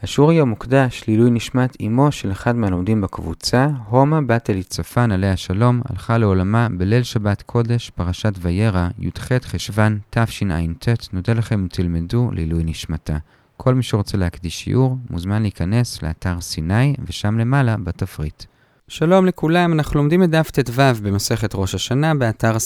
השיעור היום מוקדש לעילוי נשמת אמו של אחד מהלומדים בקבוצה, הומה בת אליצפן עליה שלום, הלכה לעולמה בליל שבת קודש, פרשת וירא, י"ח חשוון תשע"ט. נודה לכם ותלמדו לעילוי נשמתה. כל מי שרוצה להקדיש שיעור מוזמן להיכנס לאתר סיני ושם למעלה בתפריט. שלום לכולם, אנחנו לומדים את דף ט"ו במסכת ראש השנה באתר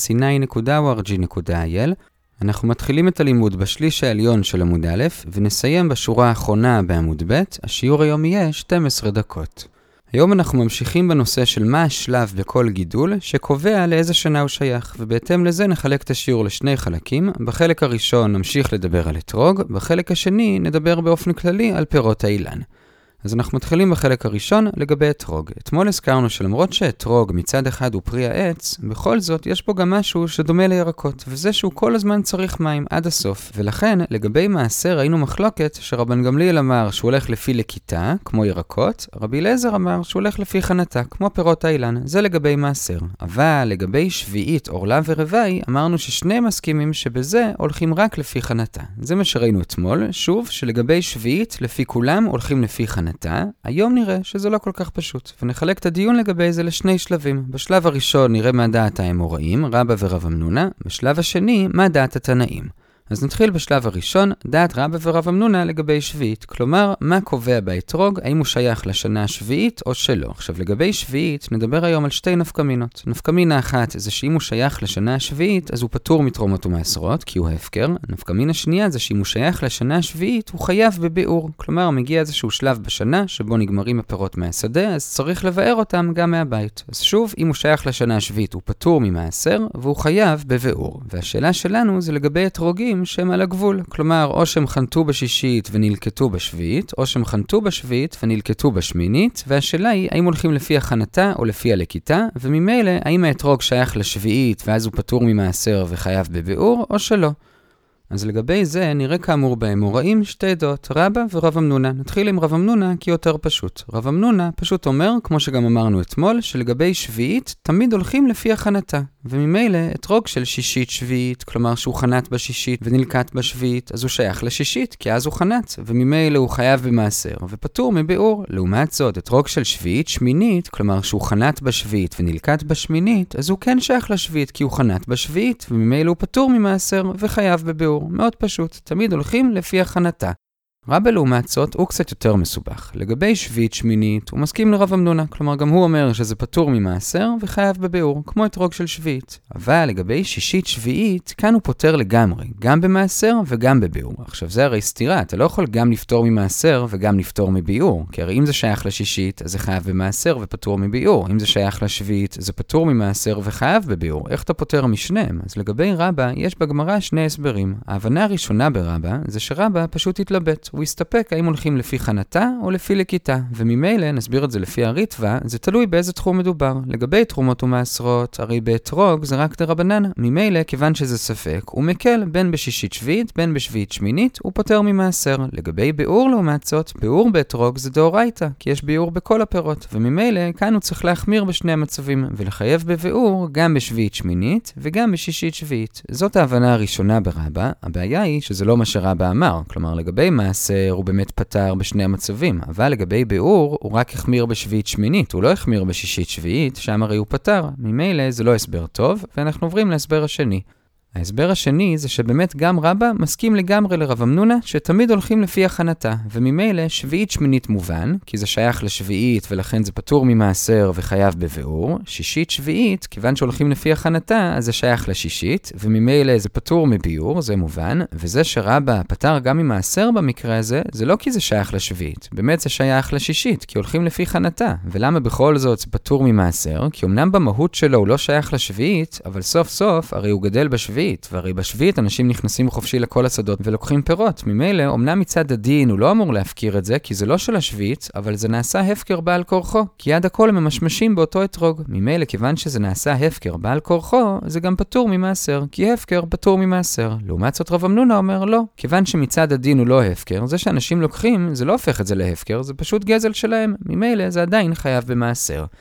sini.org.il. אנחנו מתחילים את הלימוד בשליש העליון של עמוד א' ונסיים בשורה האחרונה בעמוד ב'. השיעור היום יהיה 12 דקות. היום אנחנו ממשיכים בנושא של מה השלב בכל גידול שקובע לאיזה שנה הוא שייך, ובהתאם לזה נחלק את השיעור לשני חלקים. בחלק הראשון נמשיך לדבר על אתרוג, בחלק השני נדבר באופן כללי על פירות האילן. אז אנחנו מתחילים בחלק הראשון לגבי אתרוג. אתמול הזכרנו שלמרות שאתרוג מצד אחד הוא פרי העץ, בכל זאת יש פה גם משהו שדומה לירקות, וזה שהוא כל הזמן צריך מים עד הסוף. ולכן לגבי מעשר ראינו מחלוקת שרבן גמליאל אמר שהוא הולך לפי לקיטה, כמו ירקות, רבי אליעזר אמר שהוא הולך לפי חנתה, כמו פירות האילן. זה לגבי מעשר. אבל לגבי שביעית, עורלה ורבעי, אמרנו ששני מסכימים שבזה הולכים רק לפי חנתה. זה מה שראינו אתמול, שוב שלגבי שביעית לפי כולם הולכים לפי חנתה. היום נראה שזה לא כל כך פשוט, ונחלק את הדיון לגבי זה לשני שלבים. בשלב הראשון נראה מה דעת האמוראים, רבא ורב אמנונה, בשלב השני מה דעת התנאים. אז נתחיל בשלב הראשון, דעת רבא ורב אמנונה לגבי שביעית, כלומר מה קובע באתרוג, האם הוא שייך לשנה השביעית או שלא. עכשיו לגבי שביעית נדבר היום על שתי נפקמינות. נפקמינה אחת זה שאם הוא שייך לשנה השביעית אז הוא פטור מתרומות ומעשרות כי הוא הפקר. נפקמינה שנייה זה שאם הוא שייך לשנה השביעית הוא חייב בביאור, כלומר מגיע איזשהו שלב בשנה שבו נגמרים הפירות מהשדה, אז צריך לבאר אותם גם מהבית. אז שוב, אם הוא שייך לשנה השביעית הוא פטור ממעשר והוא חייב בביאור. והשאלה שלנו זה לגבי אתרוגים שהם על הגבול, כלומר או שהם חנתו בשישית ונלקטו בשביעית, או שהם חנתו בשביעית ונלקטו בשמינית, והשאלה היא האם הולכים לפי החנתה או לפי הלקיטה, וממילא האם האתרוג שייך לשביעית ואז הוא פטור ממעשר וחייב בביאור או שלא. אז לגבי זה נראה כאמור באמוראים שתי דעות, רבא ורב אמנונה. נתחיל עם רב אמנונה כי יותר פשוט. רב אמנונה פשוט אומר, כמו שגם אמרנו אתמול, שלגבי שביעית תמיד הולכים לפי החנתה. וממילא אתרוג של שישית שביעית, כלומר שהוא חנת בשישית ונלקט בשביעית, אז הוא שייך לשישית, כי אז הוא חנת, וממילא הוא חייב במעשר ופטור מביאור. לעומת זאת, אתרוג של שביעית שמינית, כלומר שהוא חנת בשביעית ונלקט בשמינית, אז הוא כן שייך לשביעית, כי הוא חנת בשביעית, וממילא הוא פטור ממעשר וחייב בביאור. מאוד פשוט, תמיד הולכים לפי החנתה. רבא לעומת זאת הוא קצת יותר מסובך. לגבי שביעית שמינית הוא מסכים לרב אמנונה, כלומר גם הוא אומר שזה פטור ממעשר וחייב בביאור, כמו אתרוג של שביעית. אבל לגבי שישית שביעית, כאן הוא פותר לגמרי, גם במעשר וגם בביאור. עכשיו זה הרי סתירה, אתה לא יכול גם לפתור ממעשר וגם לפתור מביאור, כי הרי אם זה שייך לשישית, אז זה חייב במעשר ופטור מביאור. אם זה שייך לשביעית, זה פטור ממעשר וחייב בביאור. איך אתה פותר משניהם? אז לגבי רבא יש בגמרא שני הסברים. ההבנה הראשונה ברבא זה שרבא פשוט התלבט. הוא יסתפק האם הולכים לפי חנתה או לפי לקיטה, וממילא נסביר את זה לפי הריטב"א, זה תלוי באיזה תחום מדובר. לגבי תרומות ומעשרות, הרי באתרוג זה רק דרבנן, ממילא כיוון שזה ספק, הוא מקל בין בשישית שביעית, בין בשביעית שמינית, הוא פותר ממעשר. לגבי ביאור לעומת זאת, ביאור באתרוג זה דאורייתא, כי יש ביאור בכל הפירות, וממילא כאן הוא צריך להחמיר בשני המצבים, ולחייב בביאור גם בשביעית שמינית וגם בשישית שביעית. זאת ההבנה הראשונה ברבא. הבעיה היא שזה לא מה שרבא אמר, כלומר לגבי מעשר הוא באמת פתר בשני המצבים, אבל לגבי ביאור הוא רק החמיר בשביעית שמינית, הוא לא החמיר בשישית שביעית, שם הרי הוא פתר. ממילא זה לא הסבר טוב, ואנחנו עוברים להסבר השני. ההסבר השני זה שבאמת גם רבא מסכים לגמרי לרב אמנונה שתמיד הולכים לפי החנתה, וממילא שביעית שמינית מובן, כי זה שייך לשביעית ולכן זה פטור ממעשר וחייב בביאור. שישית שביעית, כיוון שהולכים לפי החנתה, אז זה שייך לשישית, וממילא זה פטור מביאור, זה מובן, וזה שרבא פתר גם ממעשר במקרה הזה, זה לא כי זה שייך לשביעית, באמת זה שייך לשישית, כי הולכים לפי חנתה. ולמה בכל זאת זה פטור ממעשר? כי אמנם במהות שלו הוא לא שייך לשביעית, אבל סוף סוף הרי הוא גדל בשביעית, והרי בשביעית אנשים נכנסים חופשי לכל השדות ולוקחים פירות. ממילא, אמנם מצד הדין הוא לא אמור להפקיר את זה, כי זה לא של השביעית, אבל זה נעשה הפקר בעל כורחו, כי עד הכל הם ממשמשים באותו אתרוג. ממילא, כיוון שזה נעשה הפקר בעל כורחו, זה גם פטור ממעשר, כי הפקר פטור ממעשר. לעומת זאת רב אמנונה אומר לא, כיוון שמצד הדין הוא לא הפקר, זה שאנשים לוקחים, זה לא הופך את זה להפקר, זה פשוט גזל שלהם. ממילא, זה עדיין חייב במעשר.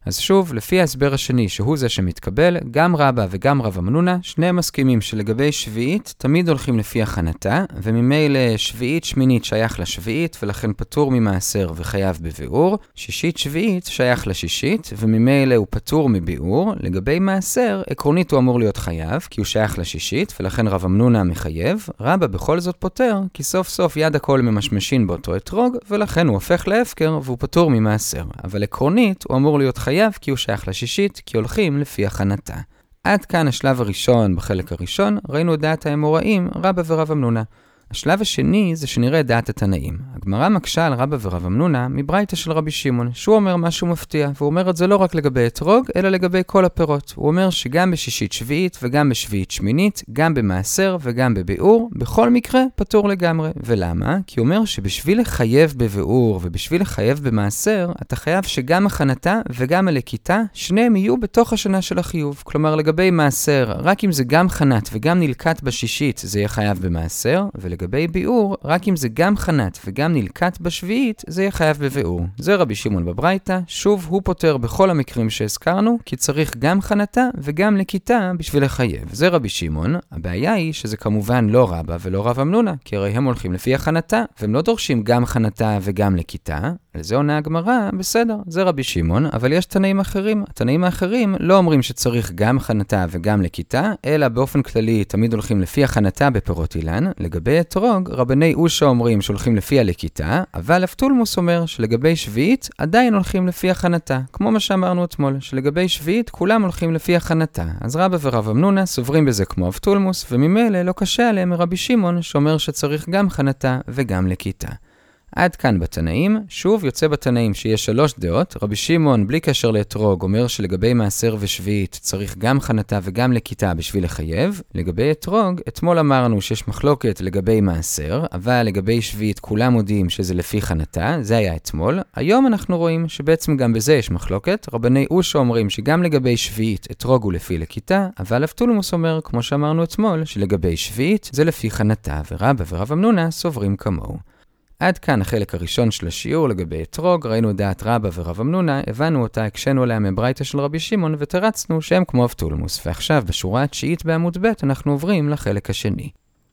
אז שוב, לפי ההסבר השני, שהוא זה שמתקבל, גם רבא וגם רב אמנונה, שניהם מסכימים שלגבי שביעית, תמיד הולכים לפי הכנתה, וממילא שביעית שמינית שייך לשביעית, ולכן פטור ממעשר וחייב בביאור. שישית שביעית שייך לשישית, וממילא הוא פטור מביאור. לגבי מעשר, עקרונית הוא אמור להיות חייב, כי הוא שייך לשישית, ולכן רב אמנונה מחייב. רבא בכל זאת פוטר, כי סוף סוף יד הכל ממשמשין באותו אתרוג, ולכן הוא הופך להפקר, והוא פטור ממעשר. אבל עקרונית הוא אמור להיות חייב, כי הוא שייך לשישית, כי הולכים לפי הכנתה. עד כאן השלב הראשון בחלק הראשון, ראינו את דעת האמוראים, רבא ורב אמנונה. השלב השני זה שנראה את דעת התנאים. הגמרא מקשה על רבא ורב אמנונה מברייתא של רבי שמעון, שהוא אומר משהו מפתיע, והוא אומר את זה לא רק לגבי אתרוג, אלא לגבי כל הפירות. הוא אומר שגם בשישית שביעית וגם בשביעית שמינית, גם במעשר וגם בביאור, בכל מקרה פטור לגמרי. ולמה? כי הוא אומר שבשביל לחייב בביאור ובשביל לחייב במעשר, אתה חייב שגם הכנתה וגם הלקיטה, שניהם יהיו בתוך השנה של החיוב. כלומר לגבי מעשר, רק אם זה גם חנת וגם נלקט בשישית, זה יהיה חייב במעשר, ולגבי ביאור, רק אם זה גם חנת וגם נלקט בשביעית, זה יהיה חייב בביאור. זה רבי שמעון בברייתא, שוב הוא פותר בכל המקרים שהזכרנו, כי צריך גם חנתה וגם לקיטה בשביל לחייב. זה רבי שמעון, הבעיה היא שזה כמובן לא רבא ולא רב אמנונה, כי הרי הם הולכים לפי החנתה, והם לא דורשים גם חנתה וגם לקיטה. על זה עונה הגמרא, בסדר, זה רבי שמעון, אבל יש תנאים אחרים. התנאים האחרים לא אומרים שצריך גם חנתה וגם לקיטה, אלא באופן כללי תמיד הולכים לפי החנתה בפירות אילן. לגבי אתרוג, רבני אושה אומרים שהולכים לפי הלקיטה, אבל אבטולמוס אומר שלגבי שביעית עדיין הולכים לפי החנתה, כמו מה שאמרנו אתמול, שלגבי שביעית כולם הולכים לפי החנתה. אז רבא ורב אמנונה סוברים בזה כמו אבטולמוס, וממילא לא קשה עליהם מרבי שמעון שאומר שצריך גם חנתה וגם לקיטה. עד כאן בתנאים. שוב יוצא בתנאים שיש 3 דעות. רבי שמעון בלי קשר לאתרוג אומר שלגבי מעשר ושביעית צריך גם חנתה וגם לקיטה בשביל לחייב. לגבי אתרוג, אתמול אמרנו שיש מחלוקת לגבי מעשר, אבל לגבי שביעית כולם מודיעים שזה לפי חנתה, זה היה אתמול. היום אנחנו רואים שבעצם גם בזה יש מחלוקת. רבני אושה אומרים שגם לגבי שביעית אתרוג הוא לפי לקיטה, אבל אבטולמוס אומר, כמו שאמרנו אתמול, שלגבי שביעית זה לפי חנתה, ורבא ורב אמנונה סוברים כמוהו. עד כאן החלק הראשון של השיעור לגבי אתרוג, ראינו דעת רבא ורב אמנונה, הבנו אותה, הקשנו עליה מברייתא של רבי שמעון ותרצנו שהם כמו אבטולמוס. ועכשיו בשורה התשיעית בעמוד ב' אנחנו עוברים לחלק השני.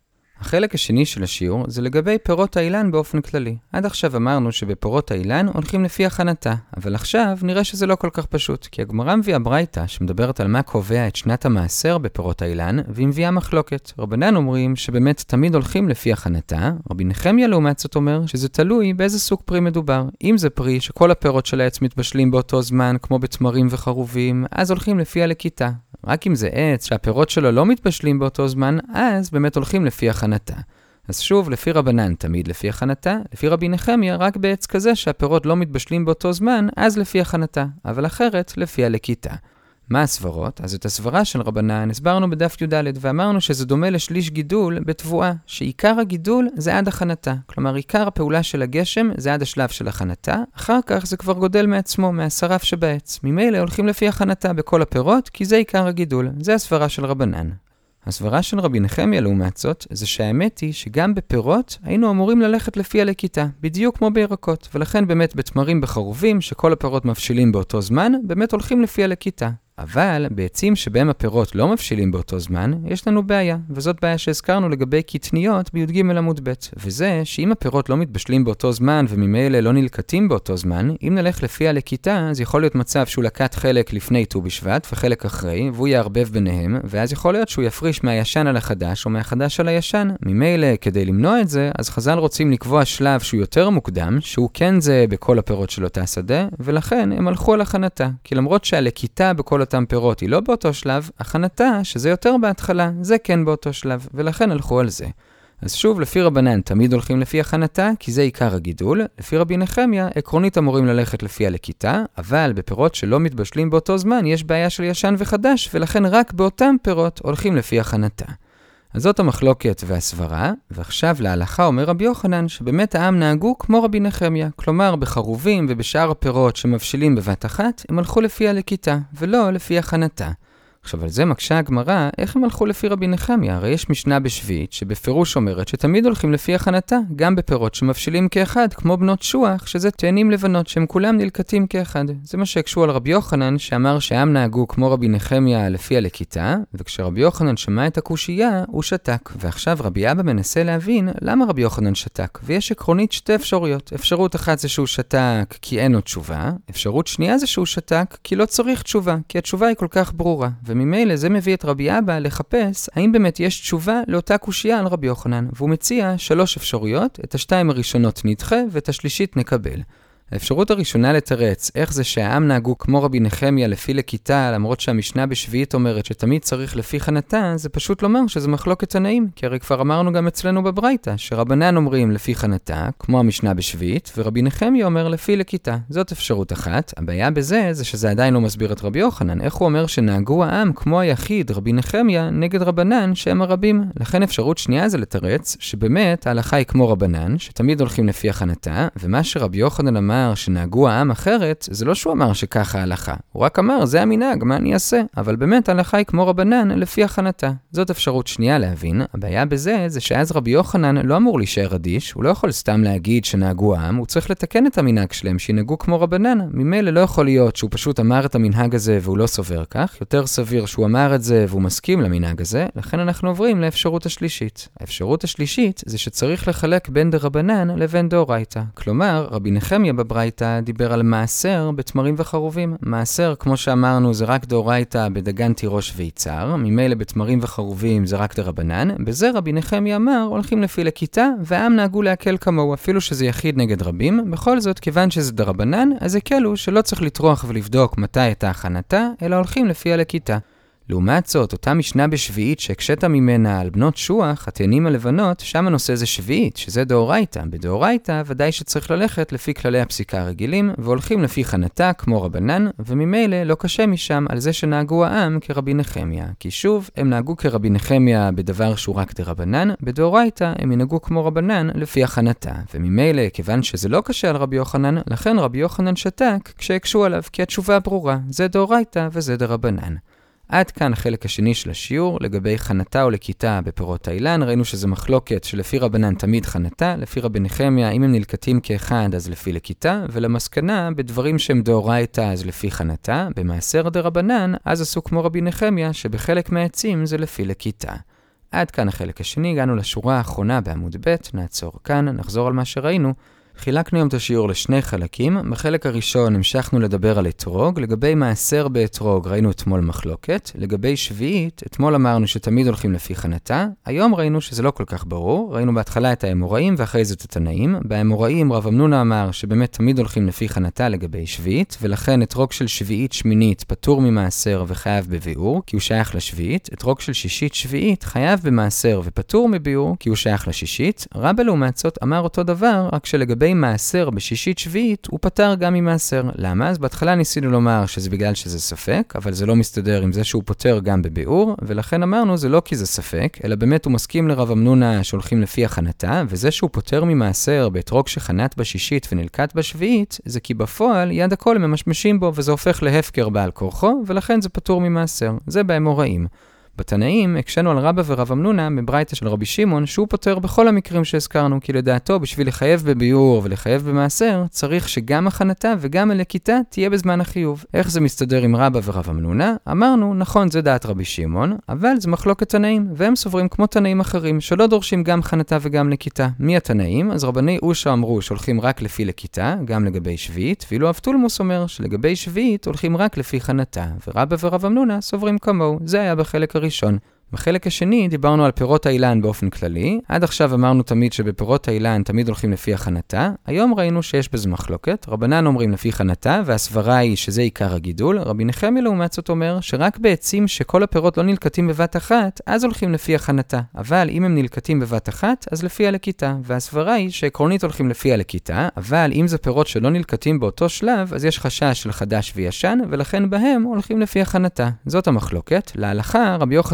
החלק השני של השיעור זה לגבי פירות האילן באופן כללי. עד עכשיו אמרנו שבפירות האילן הולכים לפי הכנתה, אבל עכשיו נראה שזה לא כל כך פשוט, כי הגמרא מביאה ברייתא שמדברת על מה קובע את שנת המעשר בפירות האילן, והיא מביאה מחלוקת. רבנן אומרים שבאמת תמיד הולכים לפי הכנתה, רבי נחמיה לעומת זאת אומר שזה תלוי באיזה סוג פרי מדובר. אם זה פרי שכל הפירות של העץ מתבשלים באותו זמן, כמו בתמרים וחרובים, אז הולכים לפי הלקיטה. רק אם זה עץ שהפירות שלו לא מתבשלים באותו זמן, אז באמת הולכים לפי הכנתה. אז שוב, לפי רבנן תמיד לפי הכנתה, לפי רבי נחמיה רק בעץ כזה שהפירות לא מתבשלים באותו זמן, אז לפי הכנתה, אבל אחרת לפי הלקיטה. מה הסברות? אז את הסברה של רבנן הסברנו בדף י"ד ואמרנו שזה דומה לשליש גידול בתבואה, שעיקר הגידול זה עד הכנתה. כלומר, עיקר הפעולה של הגשם זה עד השלב של הכנתה, אחר כך זה כבר גודל מעצמו, מהשרף שבעץ. ממילא הולכים לפי הכנתה בכל הפירות, כי זה עיקר הגידול. זה הסברה של רבנן. הסברה של רבי נחמיה לעומת זאת, זה שהאמת היא שגם בפירות היינו אמורים ללכת לפי הלקיטה, בדיוק כמו בירקות, ולכן באמת בתמרים בחרובים, שכל הפירות מבשילים באותו זמן, באמת הולכים לפי הלקיטה. אבל בעצים שבהם הפירות לא מבשילים באותו זמן, יש לנו בעיה, וזאת בעיה שהזכרנו לגבי קטניות בי"ג עמוד ב', וזה שאם הפירות לא מתבשלים באותו זמן וממילא לא נלקטים באותו זמן, אם נלך לפי הלקיטה, אז יכול להיות מצב שהוא לקט חלק לפני ט"ו בשבט וחלק אחרי, והוא יערבב ביניהם, ואז יכול להיות שהוא יפריש מהישן על החדש או מהחדש על הישן. ממילא, כדי למנוע את זה, אז חז"ל רוצים לקבוע שלב שהוא יותר מוקדם, שהוא כן זה בכל הפירות של אותה שדה, ולכן הם הלכו על הכנתה, כי למרות שהלקיטה בכל אותם פירות היא לא באותו שלב, הכנתה, שזה יותר בהתחלה, זה כן באותו שלב, ולכן הלכו על זה. אז שוב, לפי רבנן תמיד הולכים לפי הכנתה, כי זה עיקר הגידול. לפי רבי נחמיה, עקרונית אמורים ללכת לפי הלקיטה, אבל בפירות שלא מתבשלים באותו זמן יש בעיה של ישן וחדש, ולכן רק באותם פירות הולכים לפי הכנתה. אז זאת המחלוקת והסברה, ועכשיו להלכה אומר רבי יוחנן שבאמת העם נהגו כמו רבי נחמיה, כלומר בחרובים ובשאר הפירות שמבשילים בבת אחת, הם הלכו לפי הלקיטה ולא לפי הכנתה. עכשיו על זה מקשה הגמרא, איך הם הלכו לפי רבי נחמיה? הרי יש משנה בשביעית שבפירוש אומרת שתמיד הולכים לפי הכנתה, גם בפירות שמבשילים כאחד, כמו בנות שוח, שזה תאנים לבנות שהם כולם נלקטים כאחד. זה מה שהקשו על רבי יוחנן, שאמר שהעם נהגו כמו רבי נחמיה לפי הלקיטה, וכשרבי יוחנן שמע את הקושייה, הוא שתק. ועכשיו רבי אבא מנסה להבין למה רבי יוחנן שתק, ויש עקרונית שתי אפשרויות. אפשרות אחת זה שהוא שתק כי אין לו תשובה, אפשרות שנייה זה שהוא שתק כי לא צריך תשובה, כי התשובה היא כל כך ברורה. וממילא זה מביא את רבי אבא לחפש האם באמת יש תשובה לאותה קושייה על רבי יוחנן, והוא מציע 3 אפשרויות, את השתיים הראשונות נדחה ואת השלישית נקבל. האפשרות הראשונה לתרץ, איך זה שהעם נהגו כמו רבי נחמיה לפי לקיטה, למרות שהמשנה בשביעית אומרת שתמיד צריך לפי חנתה, זה פשוט לומר שזה מחלוקת תנאים, כי הרי כבר אמרנו גם אצלנו בברייתא, שרבנן אומרים לפי חנתה, כמו המשנה בשביעית, ורבי נחמיה אומר לפי לקיטה. זאת אפשרות אחת. הבעיה בזה זה שזה עדיין לא מסביר את רבי יוחנן, איך הוא אומר שנהגו העם כמו היחיד, רבי נחמיה, נגד רבנן שהם הרבים. לכן אפשרות שנייה זה לתרץ, שבאמת ההלכה היא כמו רבנן, שתמיד הולכים לפי החנתה, ומה שרבי יוחנן אמר שנהגו העם אחרת, זה לא שהוא אמר שככה ההלכה. הוא רק אמר, זה המנהג, מה אני אעשה? אבל באמת ההלכה היא כמו רבנן לפי הכנתה. זאת אפשרות שנייה להבין. הבעיה בזה זה שאז רבי יוחנן לא אמור להישאר אדיש, הוא לא יכול סתם להגיד שנהגו העם, הוא צריך לתקן את המנהג שלהם, שינהגו כמו רבנן. ממילא לא יכול להיות שהוא פשוט אמר את המנהג הזה והוא לא סובר כך. יותר סביר שהוא אמר את זה והוא מסכים למנהג הזה. לכן אנחנו עוברים לאפשרות השלישית. האפשרות השלישית זה שצריך לחלק בין דרבנן לבין דאורייתא. כלומר, רבי נחמיה בברייתא דיבר על מעשר בתמרים וחרובים. מעשר, כמו שאמרנו, זה רק דאורייתא בדגן תירוש ויצהר, ממילא בתמרים וחרובים זה רק דרבנן. בזה רבי נחמיה אמר, הולכים לפי לקיטה, והעם נהגו להקל כמוהו, אפילו שזה יחיד נגד רבים. בכל זאת, כיוון שזה דרבנן, אז הקלו שלא צריך לטרוח ולבדוק מתי הייתה הכנתה, אלא הולכים לפי הלקיטה. לעומת זאת, אותה משנה בשביעית שהקשת ממנה על בנות שוח, התאנים הלבנות, שם הנושא זה שביעית, שזה דאורייתא. בדאורייתא ודאי שצריך ללכת לפי כללי הפסיקה הרגילים, והולכים לפי חנתה כמו רבנן, וממילא לא קשה משם על זה שנהגו העם כרבי נחמיה. כי שוב, הם נהגו כרבי נחמיה בדבר שהוא רק דרבנן, בדאורייתא הם ינהגו כמו רבנן לפי החנתה. וממילא, כיוון שזה לא קשה על רבי יוחנן, לכן רבי יוחנן שתק כשהקשו עליו, כי התשובה ברורה, זה דאורייתא וזה דרבנן. עד כאן החלק השני של השיעור. לגבי חנתה או לקיטה בפירות האילן, ראינו שזה מחלוקת שלפי רבנן תמיד חנתה, לפי רבי נחמיה אם הם נלקטים כאחד אז לפי לקיטה, ולמסקנה בדברים שהם דאורייתא אז לפי חנתה, במעשר דרבנן אז עשו כמו רבי נחמיה שבחלק מהעצים זה לפי לקיטה. עד כאן החלק השני, הגענו לשורה האחרונה בעמוד ב', נעצור כאן, נחזור על מה שראינו. חילקנו היום את השיעור לשני חלקים. בחלק הראשון המשכנו לדבר על אתרוג. לגבי מעשר באתרוג ראינו אתמול מחלוקת. לגבי שביעית, אתמול אמרנו שתמיד הולכים לפי חנתה. היום ראינו שזה לא כל כך ברור. ראינו בהתחלה את האמוראים ואחרי זה את התנאים. באמוראים רב אמנונה אמר שבאמת תמיד הולכים לפי חנתה לגבי שביעית, ולכן אתרוג של שביעית שמינית פטור ממעשר וחייב בביאור, כי הוא שייך לשביעית. אתרוג של שישית שביעית חייב במעשר ופטור מביאור, כי הוא שייך לשישית. רבא לעומת זאת אמר אותו דבר, רק שלגבי מעשר בשישית שביעית הוא פטר גם ממעשר. למה? אז בהתחלה ניסינו לומר שזה בגלל שזה ספק, אבל זה לא מסתדר עם זה שהוא פטר גם בביאור, ולכן אמרנו זה לא כי זה ספק, אלא באמת הוא מסכים לרב אמנונה שהולכים לפי החנתה, וזה שהוא פטר ממעשר באתרוג שחנת בשישית ונלקט בשביעית, זה כי בפועל יד הכל ממשמשים בו, וזה הופך להפקר בעל כורחו, ולכן זה פטור ממעשר. זה באמוראים. בתנאים הקשנו על רבא ורב אמנונה בברייתא של רבי שמעון שהוא פותר בכל המקרים שהזכרנו, כי לדעתו בשביל לחייב בביאור ולחייב במעשר צריך שגם הכנתה וגם הלקיטה תהיה בזמן החיוב. איך זה מסתדר עם רבא ורב אמנונה? אמרנו, נכון, זה דעת רבי שמעון, אבל זה מחלוקת תנאים, והם סוברים כמו תנאים אחרים שלא דורשים גם הכנתה וגם לקיטה. מי התנאים? אז רבני אושה אמרו שהולכים רק לפי לקיטה, גם לגבי שביעית, ואילו אבטולמוס אומר שלגבי שביעית הולכים רק לפי חנתה, ורבא ורב אמנונה סוברים כמוהו. זה היה בחלק הראשון. בחלק השני דיברנו על פירות האילן באופן כללי. עד עכשיו אמרנו תמיד שבפירות האילן תמיד הולכים לפי החנתה. היום ראינו שיש בזה מחלוקת. רבנן אומרים לפי חנתה, והסברה היא שזה עיקר הגידול. רבי נחמיה לעומת זאת אומר שרק בעצים שכל הפירות לא נלקטים בבת אחת, אז הולכים לפי החנתה. אבל אם הם נלקטים בבת אחת, אז לפי הלקיטה. והסברה היא שעקרונית הולכים לפי הלקיטה, אבל אם זה פירות שלא נלקטים באותו שלב, אז יש חשש של חדש וישן, ולכן בהם הולכים לפי החנתה. זאת המחלוקת. להלכה, רבי יוחנן אמר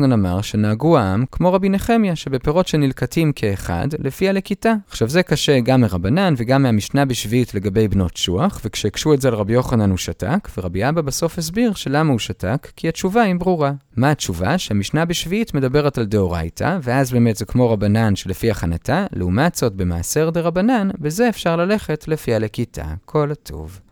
שנהגו העם כמו רבי נחמיה, שבפירות שנלקטים כאחד לפי הלקיטה. עכשיו זה קשה גם מרבנן וגם מהמשנה בשביעית לגבי בנות שוח, וכשהקשו את זה לרבי יוחנן הוא שתק, ורבי אבא בסוף הסביר שלמה הוא שתק, כי התשובה היא ברורה. מה התשובה? שהמשנה בשביעית מדברת על דאורייתא, ואז באמת זה כמו רבנן שלפי הכנתה, לעומת זאת במעשר דרבנן, בזה אפשר ללכת לפי הלקיטה. כל הטוב.